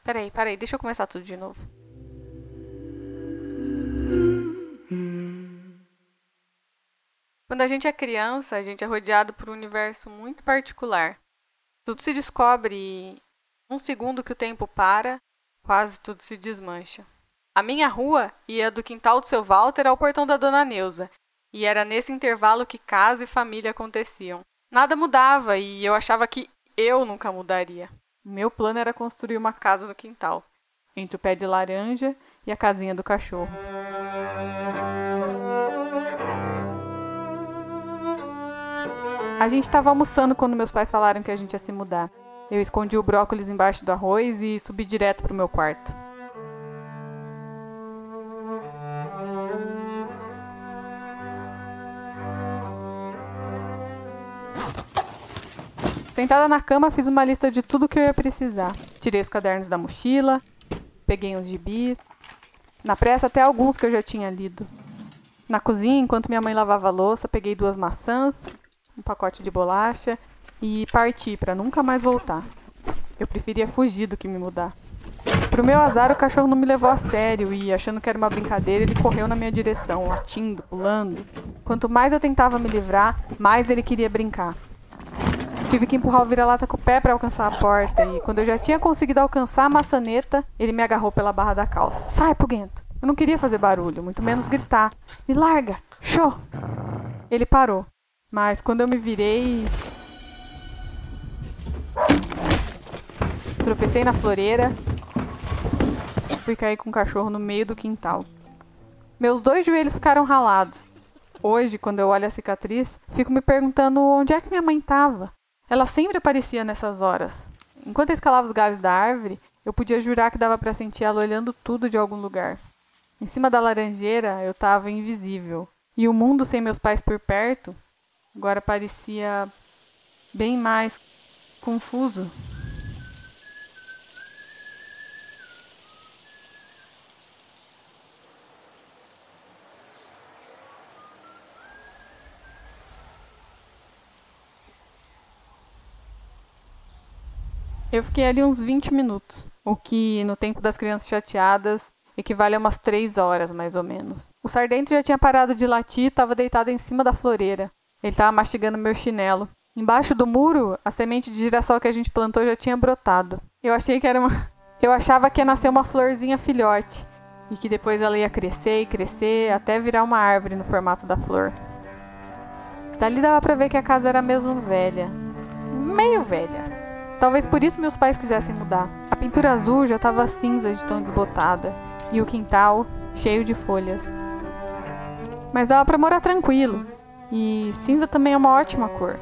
Peraí, deixa eu começar tudo de novo. Quando a gente é criança, a gente é rodeado por um universo muito particular. Tudo se descobre e, num segundo que o tempo para, quase tudo se desmancha. A minha rua e a do quintal do seu Walter ao portão da dona Neuza, e era nesse intervalo que casa e família aconteciam. Nada mudava e eu achava que eu nunca mudaria. Meu plano era construir uma casa no quintal, entre o pé de laranja e a casinha do cachorro. A gente estava almoçando quando meus pais falaram que a gente ia se mudar. Eu escondi o brócolis embaixo do arroz e subi direto pro meu quarto. Sentada na cama, fiz uma lista de tudo que eu ia precisar. Tirei os cadernos da mochila, peguei uns gibis, na pressa até alguns que eu já tinha lido. Na cozinha, enquanto minha mãe lavava a louça, peguei 2 maçãs, um pacote de bolacha e parti para nunca mais voltar. Eu preferia fugir do que me mudar. Pro meu azar, o cachorro não me levou a sério e, achando que era uma brincadeira, ele correu na minha direção, latindo, pulando. Quanto mais eu tentava me livrar, mais ele queria brincar. Tive que empurrar o vira-lata com o pé para alcançar a porta e, quando eu já tinha conseguido alcançar a maçaneta, ele me agarrou pela barra da calça. Sai, Puguento! Eu não queria fazer barulho, muito menos gritar. Me larga! Show! Ele parou, mas quando eu me virei... tropecei na floreira, fui cair com o cachorro no meio do quintal. Meus 2 joelhos ficaram ralados. Hoje, quando eu olho a cicatriz, fico me perguntando onde é que minha mãe estava. Ela sempre aparecia nessas horas. Enquanto eu escalava os galhos da árvore, eu podia jurar que dava para sentir ela olhando tudo de algum lugar. Em cima da laranjeira, eu estava invisível. E o mundo sem meus pais por perto, agora parecia bem mais confuso. Eu fiquei ali uns 20 minutos, o que, no tempo das crianças chateadas, equivale a umas 3 horas, mais ou menos. O Sardento já tinha parado de latir e estava deitado em cima da floreira. Ele estava mastigando meu chinelo. Embaixo do muro, a semente de girassol que a gente plantou já tinha brotado. Eu achava que ia nascer uma florzinha filhote, e que depois ela ia crescer e crescer, até virar uma árvore no formato da flor. Dali dava pra ver que a casa era mesmo velha. Meio velha. Talvez por isso meus pais quisessem mudar. A pintura azul já estava cinza de tão desbotada, e o quintal cheio de folhas. Mas dava para morar tranquilo, e cinza também é uma ótima cor.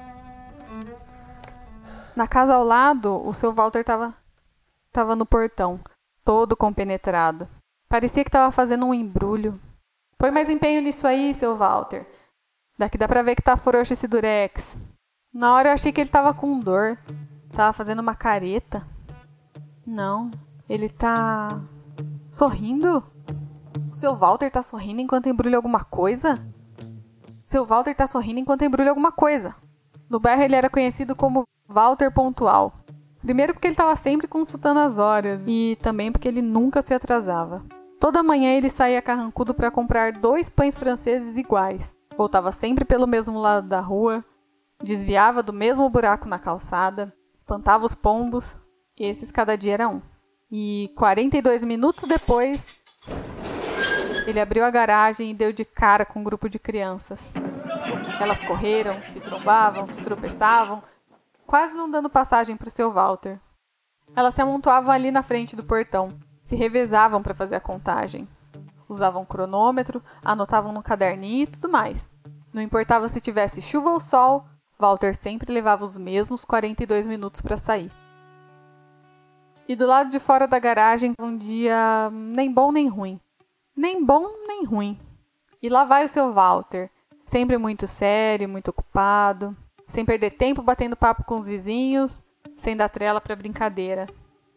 Na casa ao lado, o seu Walter estava no portão, todo compenetrado. Parecia que estava fazendo um embrulho. Põe mais empenho nisso aí, seu Walter. Daqui dá para ver que tá frouxo esse durex. Na hora eu achei que ele estava com dor. Tava fazendo uma careta? Não, ele tá... sorrindo? O seu Walter tá sorrindo enquanto embrulha alguma coisa? O seu Walter tá sorrindo enquanto embrulha alguma coisa. No bairro ele era conhecido como Walter Pontual. Primeiro porque ele estava sempre consultando as horas e também porque ele nunca se atrasava. Toda manhã ele saía carrancudo para comprar 2 pães franceses iguais. Voltava sempre pelo mesmo lado da rua, desviava do mesmo buraco na calçada, espantava os pombos, e esses cada dia era um. E 42 minutos depois, ele abriu a garagem e deu de cara com um grupo de crianças. Elas correram, se trombavam, se tropeçavam, quase não dando passagem para o seu Walter. Elas se amontoavam ali na frente do portão, se revezavam para fazer a contagem. Usavam cronômetro, anotavam no caderninho e tudo mais. Não importava se tivesse chuva ou sol, Walter sempre levava os mesmos 42 minutos para sair. E do lado de fora da garagem, um dia nem bom nem ruim. Nem bom nem ruim. E lá vai o seu Walter, sempre muito sério, muito ocupado, sem perder tempo batendo papo com os vizinhos, sem dar trela para brincadeira.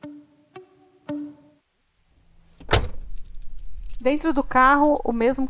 Dentro do carro, o mesmo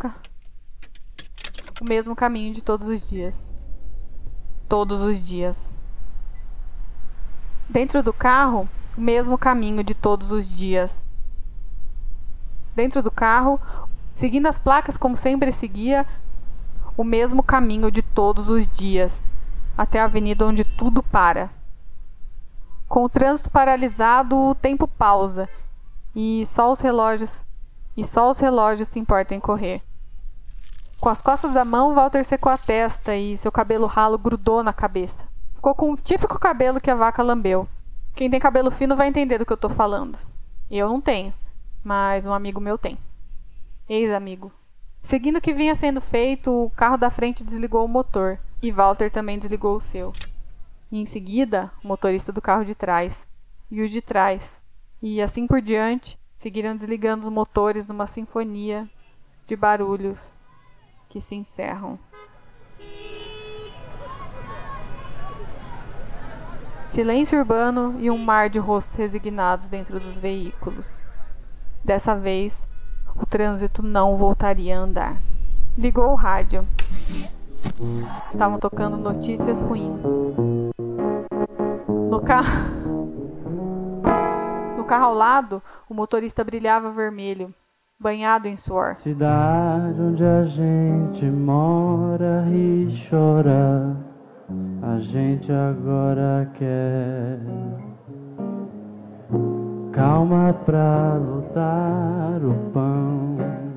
caminho de todos os dias. Todos os dias. Dentro do carro, o mesmo caminho de todos os dias. Dentro do carro, seguindo as placas como sempre seguia, o mesmo caminho de todos os dias, até a avenida onde tudo para. Com o trânsito paralisado, o tempo pausa, e só os relógios se importam em correr. Com as costas da mão, Walter secou a testa e seu cabelo ralo grudou na cabeça. Ficou com o típico cabelo que a vaca lambeu. Quem tem cabelo fino vai entender do que eu tô falando. Eu não tenho, mas um amigo meu tem. Ex-amigo. Seguindo o que vinha sendo feito, o carro da frente desligou o motor, e Walter também desligou o seu. E em seguida, o motorista do carro de trás, e os de trás, e assim por diante, seguiram desligando os motores numa sinfonia de barulhos que se encerram. Silêncio urbano e um mar de rostos resignados dentro dos veículos. Dessa vez, o trânsito não voltaria a andar. Ligou o rádio. Estavam tocando notícias ruins. No carro ao lado, o motorista brilhava vermelho, banhado em suor. Cidade onde a gente mora e chora, a gente agora quer calma pra lutar o pão.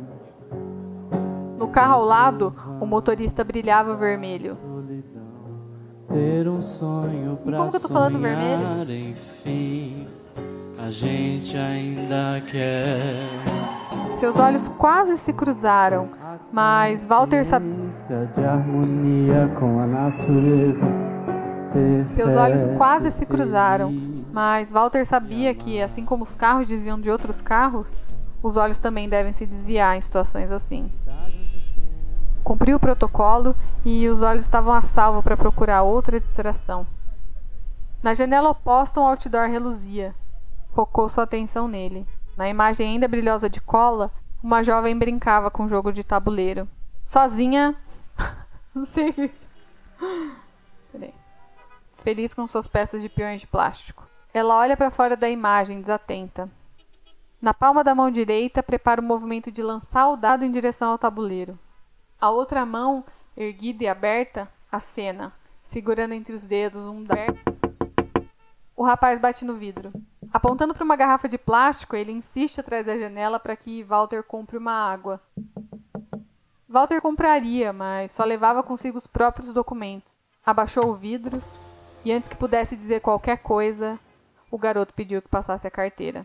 No carro ao lado, o motorista brilhava vermelho. Ter um sonho pra e como que eu tô falando vermelho? Enfim, a gente ainda quer. Seus olhos quase se cruzaram, mas Walter sabia. De harmonia com a natureza. Seus olhos quase se cruzaram, mas Walter sabia que, assim como os carros desviam de outros carros, os olhos também devem se desviar em situações assim. Cumpriu o protocolo e os olhos estavam a salvo para procurar outra distração. Na janela oposta, um outdoor reluzia. Focou sua atenção nele. Na imagem ainda brilhosa de cola, uma jovem brincava com um jogo de tabuleiro. Sozinha... Não sei o que... Peraí. Feliz com suas peças de peões de plástico. Ela olha para fora da imagem, desatenta. Na palma da mão direita, prepara o movimento de lançar o dado em direção ao tabuleiro. A outra mão, erguida e aberta, acena, segurando entre os dedos um dado. O rapaz bate no vidro. Apontando para uma garrafa de plástico, ele insiste atrás da janela para que Walter compre uma água. Walter compraria, mas só levava consigo os próprios documentos. Abaixou o vidro e, antes que pudesse dizer qualquer coisa, o garoto pediu que passasse a carteira.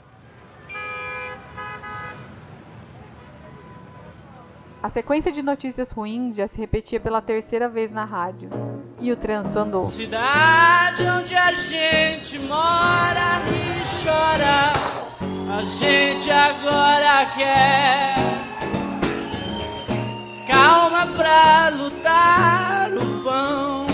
A sequência de notícias ruins já se repetia pela terceira vez na rádio. E o trânsito andou. Cidade onde a gente mora e chora, a gente agora quer calma pra lutar o pão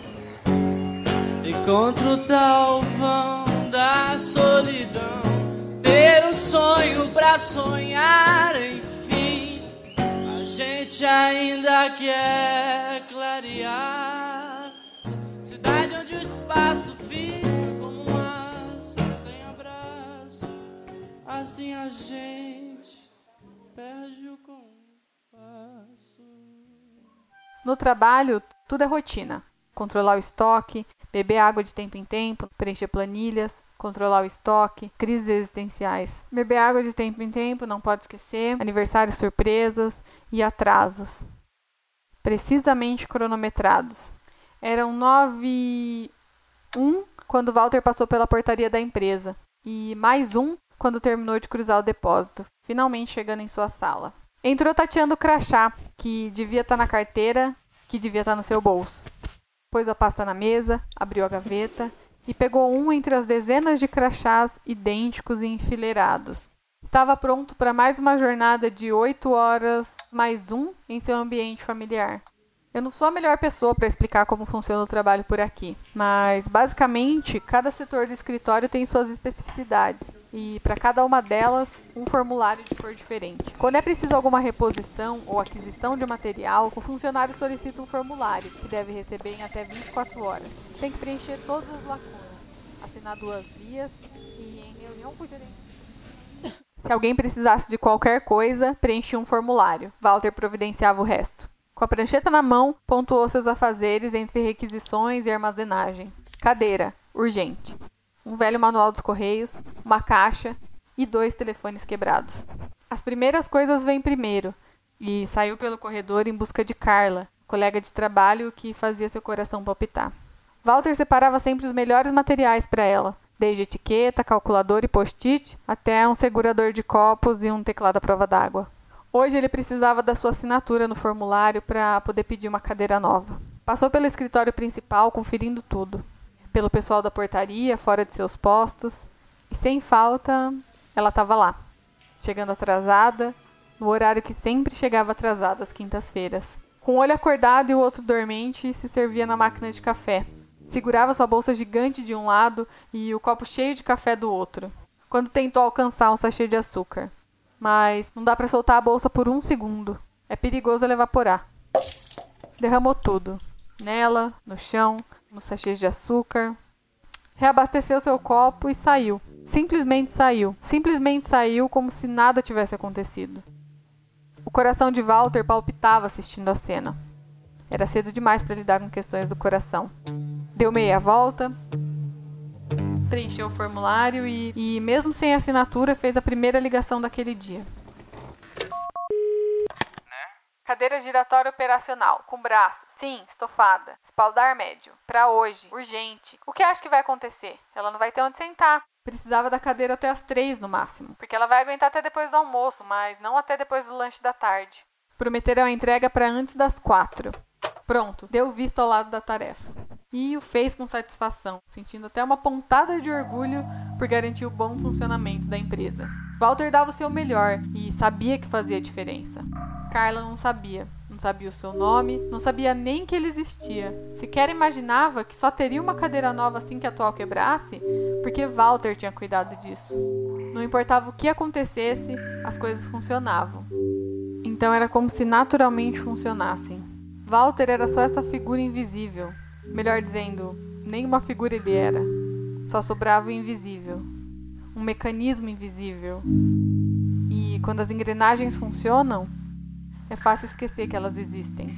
e contra o tal vão da solidão, ter um sonho pra sonhar, enfim, a gente ainda quer clarear. Cidade onde o espaço fica como um aço sem abraço, assim a gente perde o compasso. No trabalho, tudo é rotina. Controlar o estoque, beber água de tempo em tempo, preencher planilhas, controlar o estoque, crises existenciais. Beber água de tempo em tempo, não pode esquecer, aniversários surpresas e atrasos. Precisamente cronometrados. Eram 9h01 quando Walter passou pela portaria da empresa. E mais um quando terminou de cruzar o depósito, finalmente chegando em sua sala. Entrou tateando o crachá, que devia estar na carteira, que devia estar no seu bolso. Pôs a pasta na mesa, abriu a gaveta e pegou um entre as dezenas de crachás idênticos e enfileirados. Estava pronto para mais uma jornada de 8 horas mais um em seu ambiente familiar. Eu não sou a melhor pessoa para explicar como funciona o trabalho por aqui, mas basicamente cada setor do escritório tem suas especificidades e para cada uma delas um formulário de cor diferente. Quando é preciso alguma reposição ou aquisição de material, o funcionário solicita um formulário que deve receber em até 24 horas. Tem que preencher todas as lacunas, assinar na 2 vias e em reunião com o gerente. Se alguém precisasse de qualquer coisa, preenchia um formulário. Walter providenciava o resto. Com a prancheta na mão, pontuou seus afazeres entre requisições e armazenagem. Cadeira, urgente. Um velho manual dos correios, uma caixa e 2 telefones quebrados. As primeiras coisas vêm primeiro, e saiu pelo corredor em busca de Carla, colega de trabalho que fazia seu coração palpitar. Walter separava sempre os melhores materiais para ela, desde etiqueta, calculador e post-it, até um segurador de copos e um teclado à prova d'água. Hoje ele precisava da sua assinatura no formulário para poder pedir uma cadeira nova. Passou pelo escritório principal conferindo tudo, pelo pessoal da portaria, fora de seus postos, e sem falta, ela estava lá, chegando atrasada, no horário que sempre chegava atrasada às quintas-feiras. Com um olho acordado e o outro dormente, se servia na máquina de café. Segurava sua bolsa gigante de um lado e o copo cheio de café do outro, quando tentou alcançar um sachê de açúcar. Mas não dá para soltar a bolsa por 1 segundo. É perigoso ela evaporar. Derramou tudo. Nela, no chão, nos sachês de açúcar. Reabasteceu seu copo e saiu. Simplesmente saiu. Simplesmente saiu como se nada tivesse acontecido. O coração de Walter palpitava assistindo a cena. Era cedo demais para lidar com questões do coração. Deu meia volta, preencheu o formulário e, mesmo sem assinatura, fez a primeira ligação daquele dia. Cadeira giratória operacional, com braço, sim, estofada, espaldar médio, pra hoje, urgente. O que acha que vai acontecer? Ela não vai ter onde sentar. Precisava da cadeira até as 3 no máximo, porque ela vai aguentar até depois do almoço, mas não até depois do lanche da tarde. Prometeram a entrega para antes das 4. Pronto, deu visto ao lado da tarefa. E o fez com satisfação, sentindo até uma pontada de orgulho por garantir o bom funcionamento da empresa. Walter dava o seu melhor e sabia que fazia diferença. Carla não sabia o seu nome, não sabia nem que ele existia. Sequer imaginava que só teria uma cadeira nova assim que a atual quebrasse, porque Walter tinha cuidado disso. Não importava o que acontecesse, as coisas funcionavam. Então era como se naturalmente funcionassem. Walter era só essa figura invisível. Melhor dizendo, nenhuma figura ele era. Só sobrava o invisível. Um mecanismo invisível. E quando as engrenagens funcionam, é fácil esquecer que elas existem.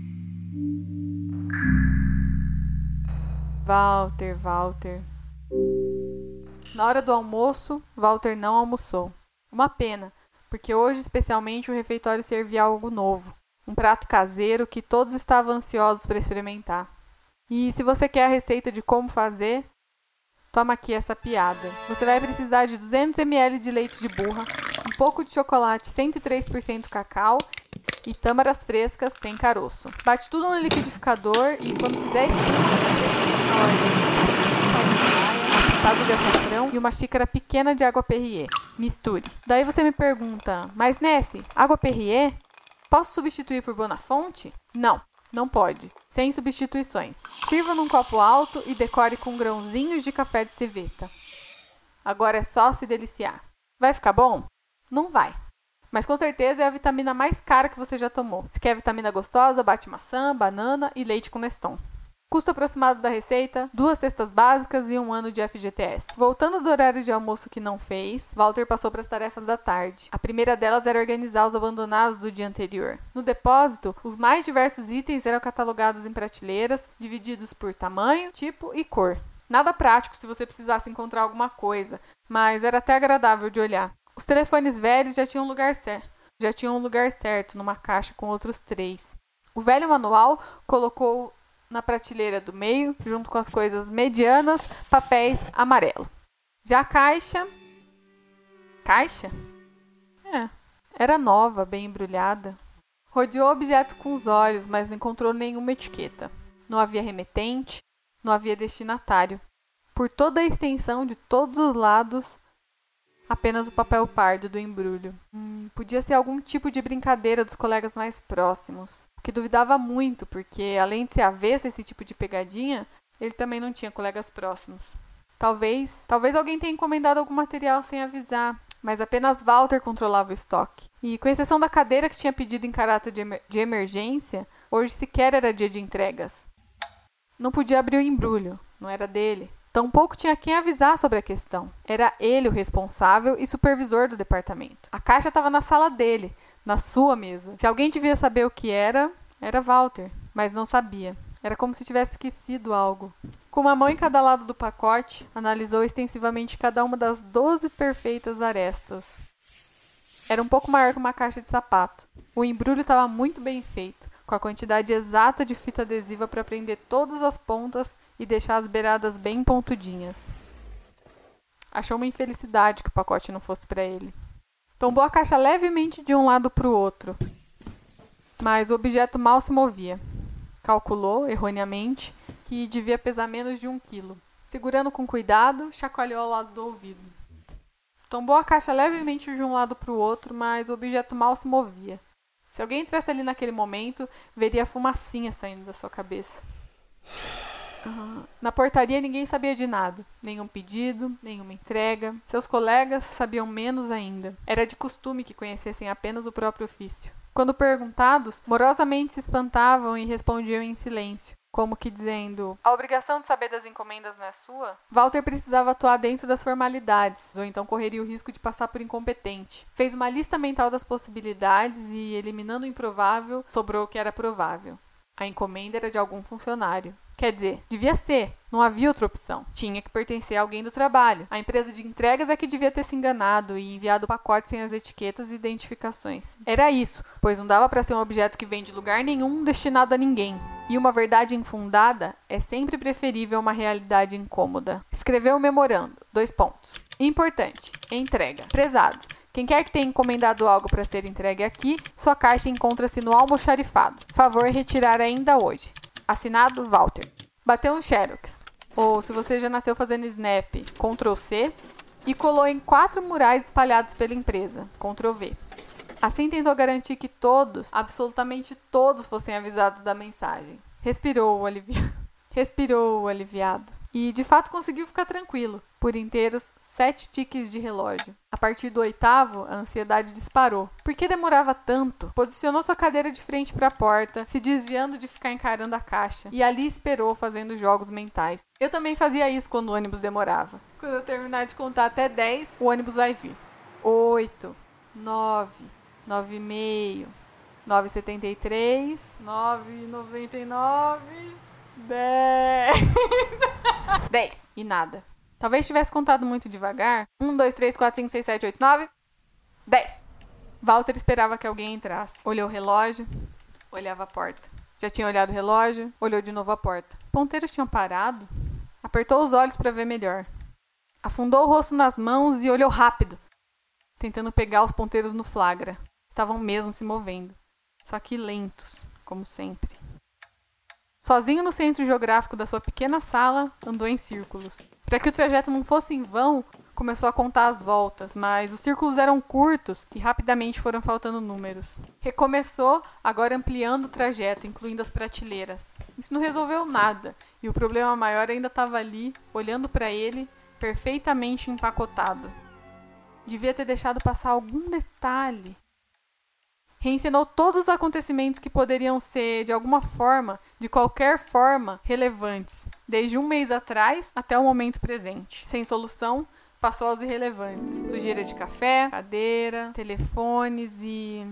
Walter. Na hora do almoço, Walter não almoçou. Uma pena, porque hoje especialmente o refeitório servia algo novo. Um prato caseiro que todos estavam ansiosos para experimentar. E se você quer a receita de como fazer, toma aqui essa piada. Você vai precisar de 200 ml de leite de burra, um pouco de chocolate 103% cacau e tâmaras frescas sem caroço. Bate tudo no liquidificador e quando fizer espuma, uma pitada de açafrão e uma xícara pequena de água Perrier. Misture. Daí você me pergunta, mas Nessie, água Perrier? Posso substituir por Bonafonte? Não pode. Sem substituições. Sirva num copo alto e decore com grãozinhos de café de ceveta. Agora é só se deliciar. Vai ficar bom? Não vai. Mas com certeza é a vitamina mais cara que você já tomou. Se quer vitamina gostosa, bate maçã, banana e leite com Neston. Custo aproximado da receita, 2 cestas básicas e 1 ano de FGTS. Voltando do horário de almoço que não fez, Walter passou para as tarefas da tarde. A primeira delas era organizar os abandonados do dia anterior. No depósito, os mais diversos itens eram catalogados em prateleiras, divididos por tamanho, tipo e cor. Nada prático se você precisasse encontrar alguma coisa, mas era até agradável de olhar. Os telefones velhos já tinham um lugar certo numa caixa com outros 3. O velho manual colocou na prateleira do meio, junto com as coisas medianas, papéis amarelo. Já a caixa... Era nova, bem embrulhada. Rodeou o objeto com os olhos, mas não encontrou nenhuma etiqueta. Não havia remetente, não havia destinatário. Por toda a extensão de todos os lados, apenas o papel pardo do embrulho. Podia ser algum tipo de brincadeira dos colegas mais próximos. O que duvidava muito, porque além de ser avesso a esse tipo de pegadinha, ele também não tinha colegas próximos. Talvez alguém tenha encomendado algum material sem avisar, mas apenas Walter controlava o estoque. E com exceção da cadeira que tinha pedido em caráter de emergência, hoje sequer era dia de entregas. Não podia abrir o embrulho, não era dele. Tampouco tinha quem avisar sobre a questão. Era ele o responsável e supervisor do departamento. A caixa estava na sala dele, na sua mesa. Se alguém devia saber o que era Walter, mas não sabia. Era como se tivesse esquecido algo. Com uma mão em cada lado do pacote, analisou extensivamente cada uma das 12 perfeitas arestas. Era um pouco maior que uma caixa de sapato. O embrulho estava muito bem feito, com a quantidade exata de fita adesiva para prender todas as pontas e deixar as beiradas bem pontudinhas. Achou uma infelicidade que o pacote não fosse para ele. Tombou a caixa levemente de um lado para o outro, mas o objeto mal se movia. Calculou, erroneamente, que devia pesar menos de 1 quilo. Segurando com cuidado, chacoalhou ao lado do ouvido. Tombou a caixa levemente de um lado para o outro, mas o objeto mal se movia. Se alguém entrasse ali naquele momento, veria a fumacinha saindo da sua cabeça. Na portaria ninguém sabia de nada. Nenhum pedido, nenhuma entrega. Seus colegas sabiam menos ainda. Era de costume que conhecessem apenas o próprio ofício. Quando perguntados, morosamente se espantavam e respondiam em silêncio, como que dizendo: a obrigação de saber das encomendas não é sua? Walter precisava atuar dentro das formalidades, ou então correria o risco de passar por incompetente. Fez uma lista mental das possibilidades e, eliminando o improvável, sobrou o que era provável. A encomenda era de algum funcionário. Quer dizer, devia ser. Não havia outra opção. Tinha que pertencer a alguém do trabalho. A empresa de entregas é que devia ter se enganado e enviado o pacote sem as etiquetas e identificações. Era isso, pois não dava para ser um objeto que vem de lugar nenhum destinado a ninguém. E uma verdade infundada é sempre preferível a uma realidade incômoda. Escreveu o memorando. 2 pontos. Importante. Entrega. Prezados. Quem quer que tenha encomendado algo para ser entregue aqui, sua caixa encontra-se no almoxarifado. Favor retirar ainda hoje. Assinado Walter. Bateu um xerox, ou se você já nasceu fazendo snap, Ctrl+C, e colou em 4 murais espalhados pela empresa, Ctrl+V. Assim tentou garantir que todos, absolutamente todos, fossem avisados da mensagem. Respirou o aliviado. E de fato conseguiu ficar tranquilo. Por inteiros 7 tiques de relógio. A partir do 8º, a ansiedade disparou. Por que demorava tanto? Posicionou sua cadeira de frente para a porta, se desviando de ficar encarando a caixa, e ali esperou fazendo jogos mentais. Eu também fazia isso quando o ônibus demorava. Quando eu terminar de contar até 10, o ônibus vai vir. 8, 9, 9,5, 9,73, 9,99, 10. 10. E nada. Talvez tivesse contado muito devagar. 1, 2, 3, 4, 5, 6, 7, 8, 9, 10. Walter esperava que alguém entrasse. Olhou o relógio, olhava a porta. Já tinha olhado o relógio, olhou de novo a porta. Ponteiros tinham parado. Apertou os olhos para ver melhor. Afundou o rosto nas mãos e olhou rápido, tentando pegar os ponteiros no flagra. Estavam mesmo se movendo, só que lentos, como sempre. Sozinho no centro geográfico da sua pequena sala, andou em círculos. Para que o trajeto não fosse em vão, começou a contar as voltas, mas os círculos eram curtos e rapidamente foram faltando números. Recomeçou, agora ampliando o trajeto, incluindo as prateleiras. Isso não resolveu nada, e o problema maior ainda estava ali, olhando para ele, perfeitamente empacotado. Devia ter deixado passar algum detalhe. Reencenou todos os acontecimentos que poderiam ser, de alguma forma, de qualquer forma, relevantes, desde 1 mês atrás até o momento presente. Sem solução, passou aos irrelevantes. Sujeira de café, cadeira, telefones e...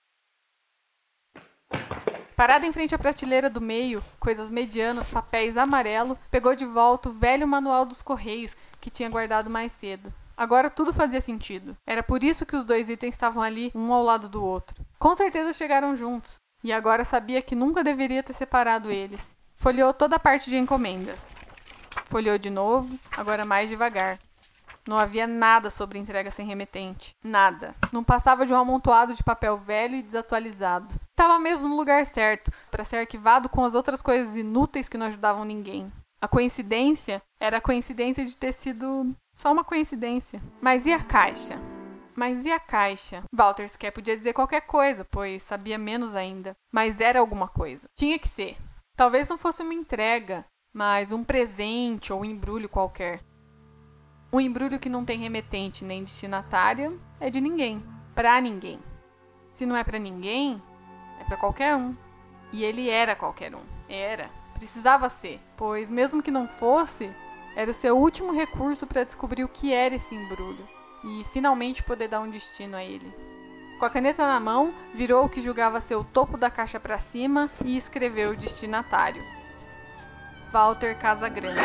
Parado em frente à prateleira do meio, coisas medianas, papéis amarelo, pegou de volta o velho manual dos Correios que tinha guardado mais cedo. Agora tudo fazia sentido. Era por isso que os 2 itens estavam ali, um ao lado do outro. Com certeza chegaram juntos, e agora sabia que nunca deveria ter separado eles. Folheou toda a parte de encomendas. Folheou de novo, agora mais devagar. Não havia nada sobre entrega sem remetente. Nada. Não passava de um amontoado de papel velho e desatualizado. Estava mesmo no lugar certo, para ser arquivado com as outras coisas inúteis que não ajudavam ninguém. A coincidência era a coincidência de ter sido só uma coincidência. Mas e a caixa? Walter sequer podia dizer qualquer coisa, pois sabia menos ainda. Mas era alguma coisa. Tinha que ser. Talvez não fosse uma entrega, mas um presente ou um embrulho qualquer. Um embrulho que não tem remetente nem destinatária é de ninguém. Pra ninguém. Se não é pra ninguém, é pra qualquer um. E ele era qualquer um. Era. Precisava ser. Pois mesmo que não fosse, Era o seu último recurso para descobrir o que era esse embrulho e finalmente poder dar um destino a ele. Com a caneta na mão, virou o que julgava ser o topo da caixa para cima e escreveu o destinatário: Walter Casagrande.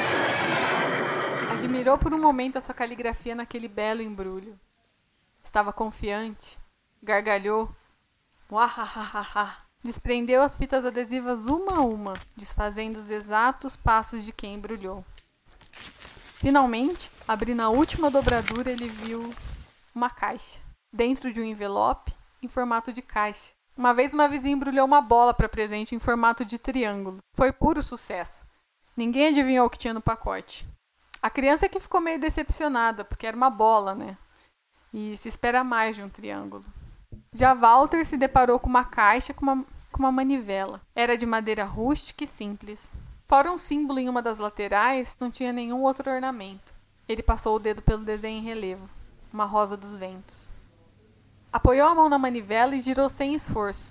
Admirou por um momento a sua caligrafia naquele belo embrulho. Estava confiante, gargalhou, uahahaha. Desprendeu as fitas adesivas uma a uma, desfazendo os exatos passos de quem embrulhou. Finalmente, abrindo a última dobradura, ele viu uma caixa, dentro de um envelope em formato de caixa. Uma vez uma vizinha embrulhou uma bola para presente em formato de triângulo. Foi puro sucesso. Ninguém adivinhou o que tinha no pacote. A criança é que ficou meio decepcionada, porque era uma bola, né? E se espera mais de um triângulo. Já Walter se deparou com uma caixa com uma manivela. Era de madeira rústica e simples. Fora um símbolo em uma das laterais, não tinha nenhum outro ornamento. Ele passou o dedo pelo desenho em relevo. Uma rosa dos ventos. Apoiou a mão na manivela e girou sem esforço.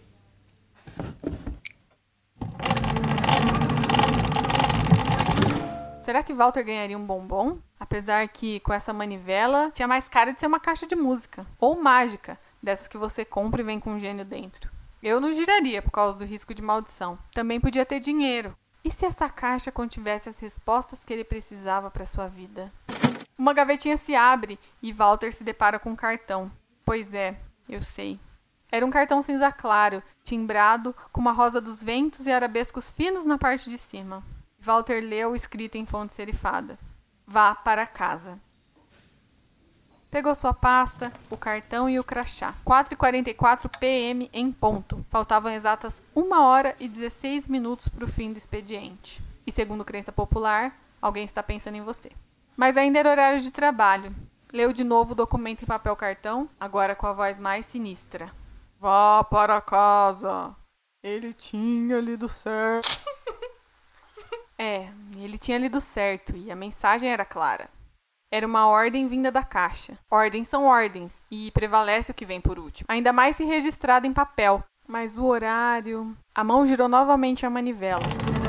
Será que Walter ganharia um bombom? Apesar que, com essa manivela, tinha mais cara de ser uma caixa de música. Ou mágica, dessas que você compra e vem com um gênio dentro. Eu não giraria por causa do risco de maldição. Também podia ter dinheiro. E se essa caixa contivesse as respostas que ele precisava para sua vida? Uma gavetinha se abre e Walter se depara com um cartão. Pois é, eu sei. Era um cartão cinza claro, timbrado, com uma rosa dos ventos e arabescos finos na parte de cima. Walter leu escrito em fonte serifada: Vá para casa. Pegou sua pasta, o cartão e o crachá. 4h44 p.m. em ponto. Faltavam exatas 1h16 para o fim do expediente. E segundo crença popular, alguém está pensando em você. Mas ainda era horário de trabalho. Leu de novo o documento em papel cartão, agora com a voz mais sinistra. Vá para casa. Ele tinha lido certo. Ele tinha lido certo e a mensagem era clara. Era uma ordem vinda da caixa. Ordens são ordens, e prevalece o que vem por último. Ainda mais se registrada em papel. Mas o horário... A mão girou novamente a manivela.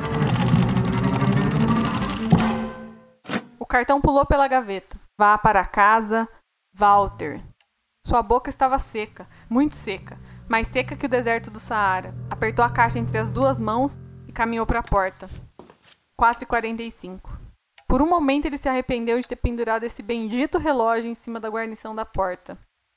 O cartão pulou pela gaveta. Vá para casa, Walter. Sua boca estava seca, muito seca, mais seca que o deserto do Saara. Apertou a caixa entre as duas mãos e caminhou para a porta. 4h45. Por um momento ele se arrependeu de ter pendurado esse bendito relógio em cima da guarnição da porta.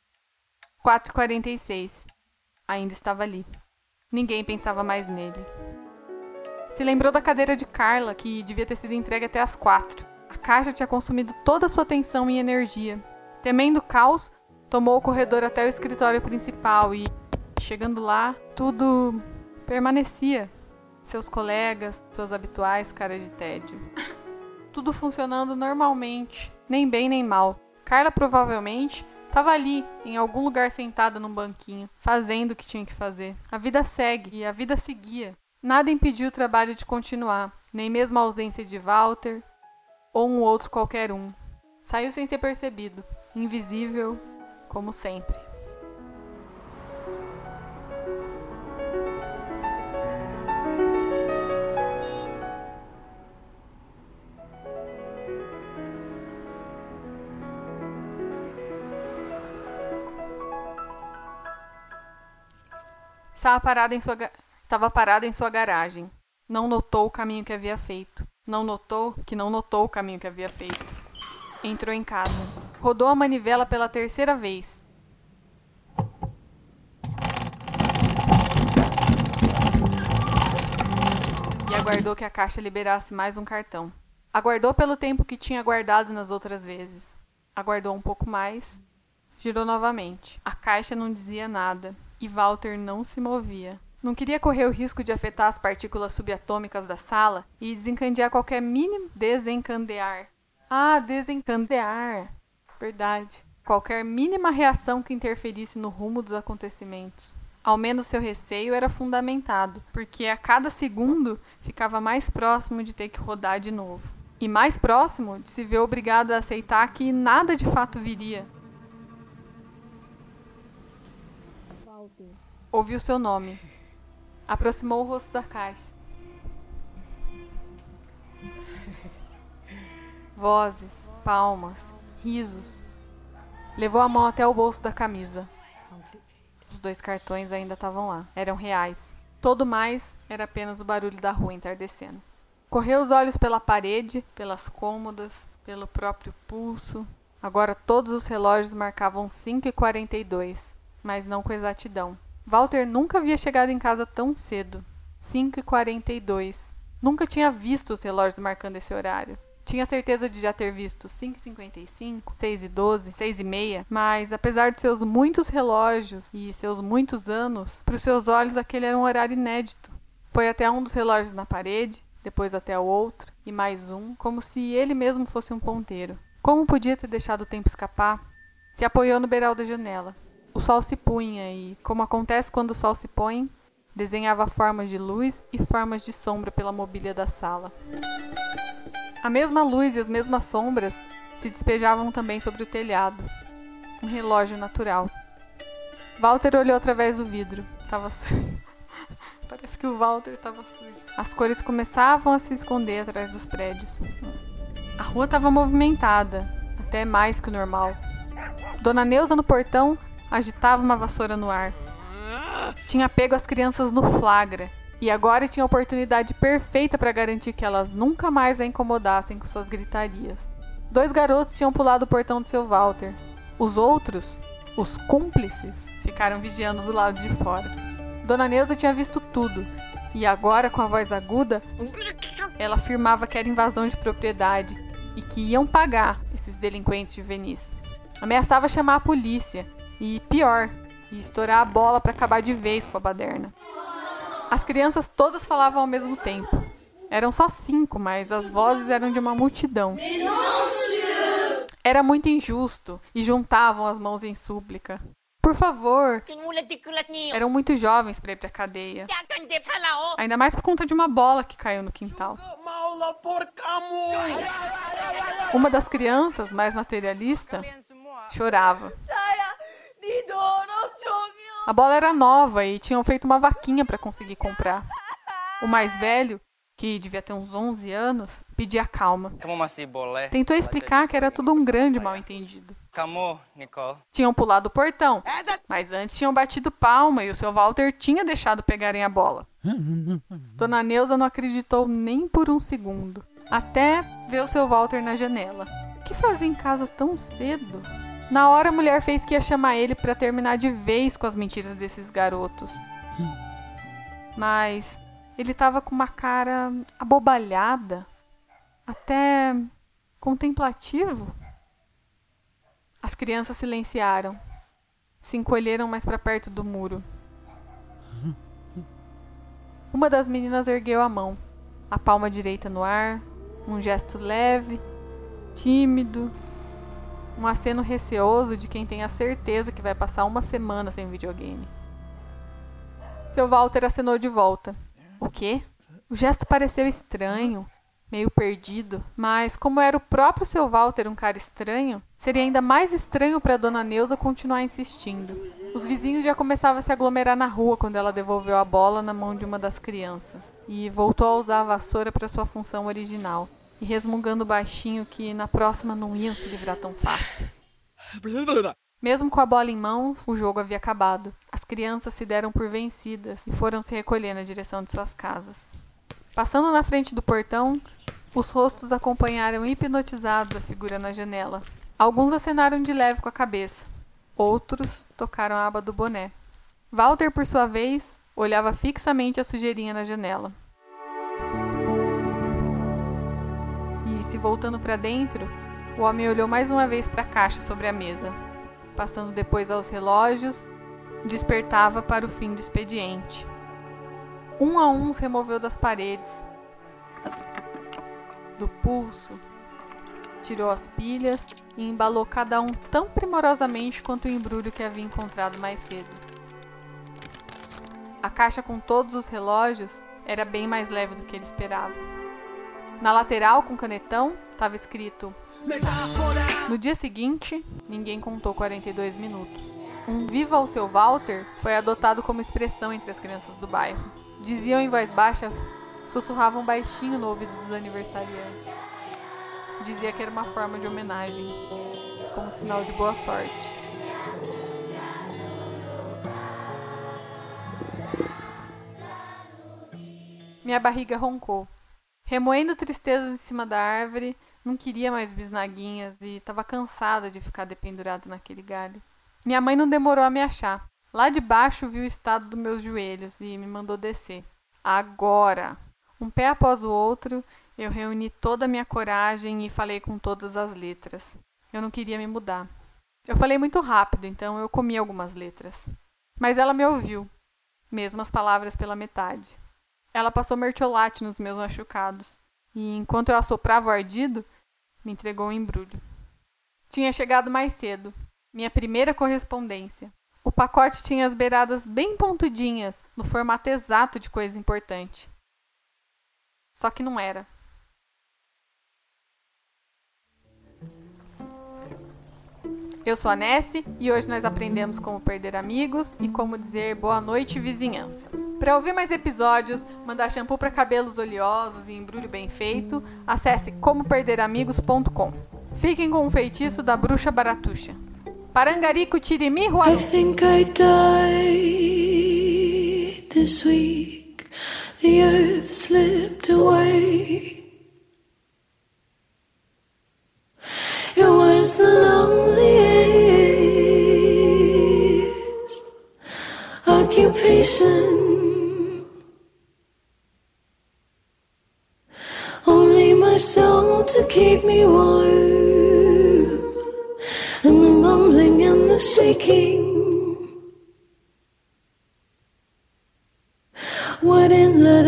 4h46. Ainda estava ali. Ninguém pensava mais nele. Se lembrou da cadeira de Carla, que devia ter sido entregue até às 4. A caixa tinha consumido toda a sua atenção e energia. Temendo caos, tomou o corredor até o escritório principal e, chegando lá, tudo permanecia. Seus colegas, suas habituais caras de tédio. Tudo funcionando normalmente, nem bem nem mal. Carla provavelmente estava ali, em algum lugar sentada num banquinho, fazendo o que tinha que fazer. A vida segue, e a vida seguia. Nada impediu o trabalho de continuar, nem mesmo a ausência de Walter, ou um outro qualquer um. Saiu sem ser percebido, invisível, como sempre. Estava parado em sua garagem. Não notou o caminho que havia feito. Não notou o caminho que havia feito. Entrou em casa. Rodou a manivela pela terceira vez. E aguardou que a caixa liberasse mais um cartão. Aguardou pelo tempo que tinha aguardado nas outras vezes. Aguardou um pouco mais. Girou novamente. A caixa não dizia nada. E Walter não se movia. Não queria correr o risco de afetar as partículas subatômicas da sala e desencadear qualquer mínimo... Desencadear. Verdade. Qualquer mínima reação que interferisse no rumo dos acontecimentos. Ao menos seu receio era fundamentado, porque a cada segundo ficava mais próximo de ter que rodar de novo. E mais próximo de se ver obrigado a aceitar que nada de fato viria. Ouviu seu nome. Aproximou o rosto da caixa. Vozes, palmas, risos. Levou a mão até o bolso da camisa. Os 2 cartões ainda estavam lá. Eram reais. Todo mais era apenas o barulho da rua entardecendo. Correu os olhos pela parede, pelas cômodas, pelo próprio pulso. Agora todos os relógios marcavam 5h42, mas não com exatidão. Walter nunca havia chegado em casa tão cedo. 5h42. Nunca tinha visto os relógios marcando esse horário. Tinha certeza de já ter visto 5h55, 6h12, 6h30, mas apesar de seus muitos relógios e seus muitos anos, para os seus olhos aquele era um horário inédito. Foi até um dos relógios na parede, depois até o outro, e mais um, como se ele mesmo fosse um ponteiro. Como podia ter deixado o tempo escapar? Se apoiou no beiral da janela. O sol se punha e, como acontece quando o sol se põe, desenhava formas de luz e formas de sombra pela mobília da sala. A mesma luz e as mesmas sombras se despejavam também sobre o telhado. Um relógio natural. Walter olhou através do vidro. Tava sujo. Parece que o Walter estava sujo. As cores começavam a se esconder atrás dos prédios. A rua estava movimentada, até mais que o normal. Dona Neuza, no portão, agitava uma vassoura no ar. Tinha pego as crianças no flagra. E agora tinha a oportunidade perfeita para garantir que elas nunca mais a incomodassem com suas gritarias. 2 garotos tinham pulado o portão do seu Walter. Os outros, os cúmplices, ficaram vigiando do lado de fora. Dona Neuza tinha visto tudo. E agora, com a voz aguda, ela afirmava que era invasão de propriedade e que iam pagar esses delinquentes juvenis. Ameaçava chamar a polícia e, pior, ia estourar a bola para acabar de vez com a baderna. As crianças todas falavam ao mesmo tempo. Eram só 5, mas as vozes eram de uma multidão. Era muito injusto e juntavam as mãos em súplica. Por favor! Eram muito jovens para ir para a cadeia. Ainda mais por conta de uma bola que caiu no quintal. Uma das crianças, mais materialista, chorava. A bola era nova e tinham feito uma vaquinha para conseguir comprar. O mais velho, que devia ter uns 11 anos, pedia calma. Tentou explicar que era tudo um grande mal-entendido. Tinham pulado o portão, mas antes tinham batido palma e o seu Walter tinha deixado pegarem a bola. Dona Neuza não acreditou nem por um segundo, até ver o seu Walter na janela. O que fazia em casa tão cedo? Na hora a mulher fez que ia chamar ele para terminar de vez com as mentiras desses garotos. Mas ele estava com uma cara abobalhada, até contemplativo. As crianças silenciaram, se encolheram mais para perto do muro. Uma das meninas ergueu a mão, a palma direita no ar, um gesto leve, tímido, um aceno receoso de quem tem a certeza que vai passar uma semana sem videogame. Seu Walter acenou de volta. O quê? O gesto pareceu estranho, meio perdido, mas como era o próprio seu Walter um cara estranho, seria ainda mais estranho para Dona Neuza continuar insistindo. Os vizinhos já começavam a se aglomerar na rua quando ela devolveu a bola na mão de uma das crianças e voltou a usar a vassoura para sua função original, e resmungando baixinho que na próxima não iam se livrar tão fácil. Mesmo com a bola em mãos, o jogo havia acabado. As crianças se deram por vencidas e foram se recolher na direção de suas casas. Passando na frente do portão, os rostos acompanharam hipnotizados a figura na janela. Alguns acenaram de leve com a cabeça. Outros tocaram a aba do boné. Walter, por sua vez, olhava fixamente a sujeirinha na janela. E, se voltando para dentro, o homem olhou mais uma vez para a caixa sobre a mesa. Passando depois aos relógios, despertava para o fim do expediente. Um a um os removeu das paredes, do pulso, tirou as pilhas e embalou cada um tão primorosamente quanto o embrulho que havia encontrado mais cedo. A caixa com todos os relógios era bem mais leve do que ele esperava. Na lateral, com canetão, estava escrito: no dia seguinte, ninguém contou 42 minutos. Um "Viva o seu Walter" foi adotado como expressão entre as crianças do bairro. Diziam em voz baixa, sussurravam baixinho no ouvido dos aniversariantes. Dizia que era uma forma de homenagem, como sinal de boa sorte. Minha barriga roncou. Remoendo tristezas em cima da árvore, não queria mais bisnaguinhas e estava cansada de ficar dependurada naquele galho. Minha mãe não demorou a me achar. Lá de baixo viu o estado dos meus joelhos e me mandou descer. Agora! Um pé após o outro, eu reuni toda a minha coragem e falei com todas as letras. Eu não queria me mudar. Eu falei muito rápido, então eu comi algumas letras. Mas ela me ouviu, mesmo as palavras pela metade. Ela passou mertiolate nos meus machucados, e enquanto eu assoprava o ardido, me entregou um embrulho. Tinha chegado mais cedo, minha primeira correspondência. O pacote tinha as beiradas bem pontudinhas, no formato exato de coisa importante. Só que não era. Eu sou a Nessie e hoje nós aprendemos como perder amigos e como dizer boa noite vizinhança. Para ouvir mais episódios, mandar shampoo para cabelos oleosos e embrulho bem feito, acesse comoperderamigos.com. Fiquem com o feitiço da bruxa baratuxa. Parangarico tirimi ruaru. I think I died this week. The earth slipped away. It was the loneliest occupation. Only my soul to keep me warm, and the mumbling and the shaking wouldn't let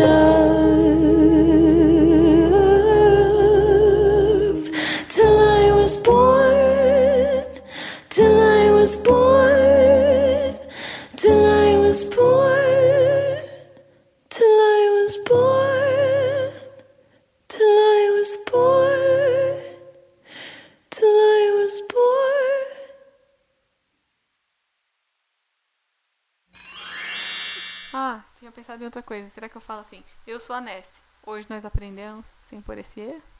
up till I was born, till I was born, till I was born, till I was born, till I was born, till I was born. Ah, tinha pensado em outra coisa. Será que eu falo assim? Eu sou a Nessie. Hoje nós aprendemos, sem por esse erro.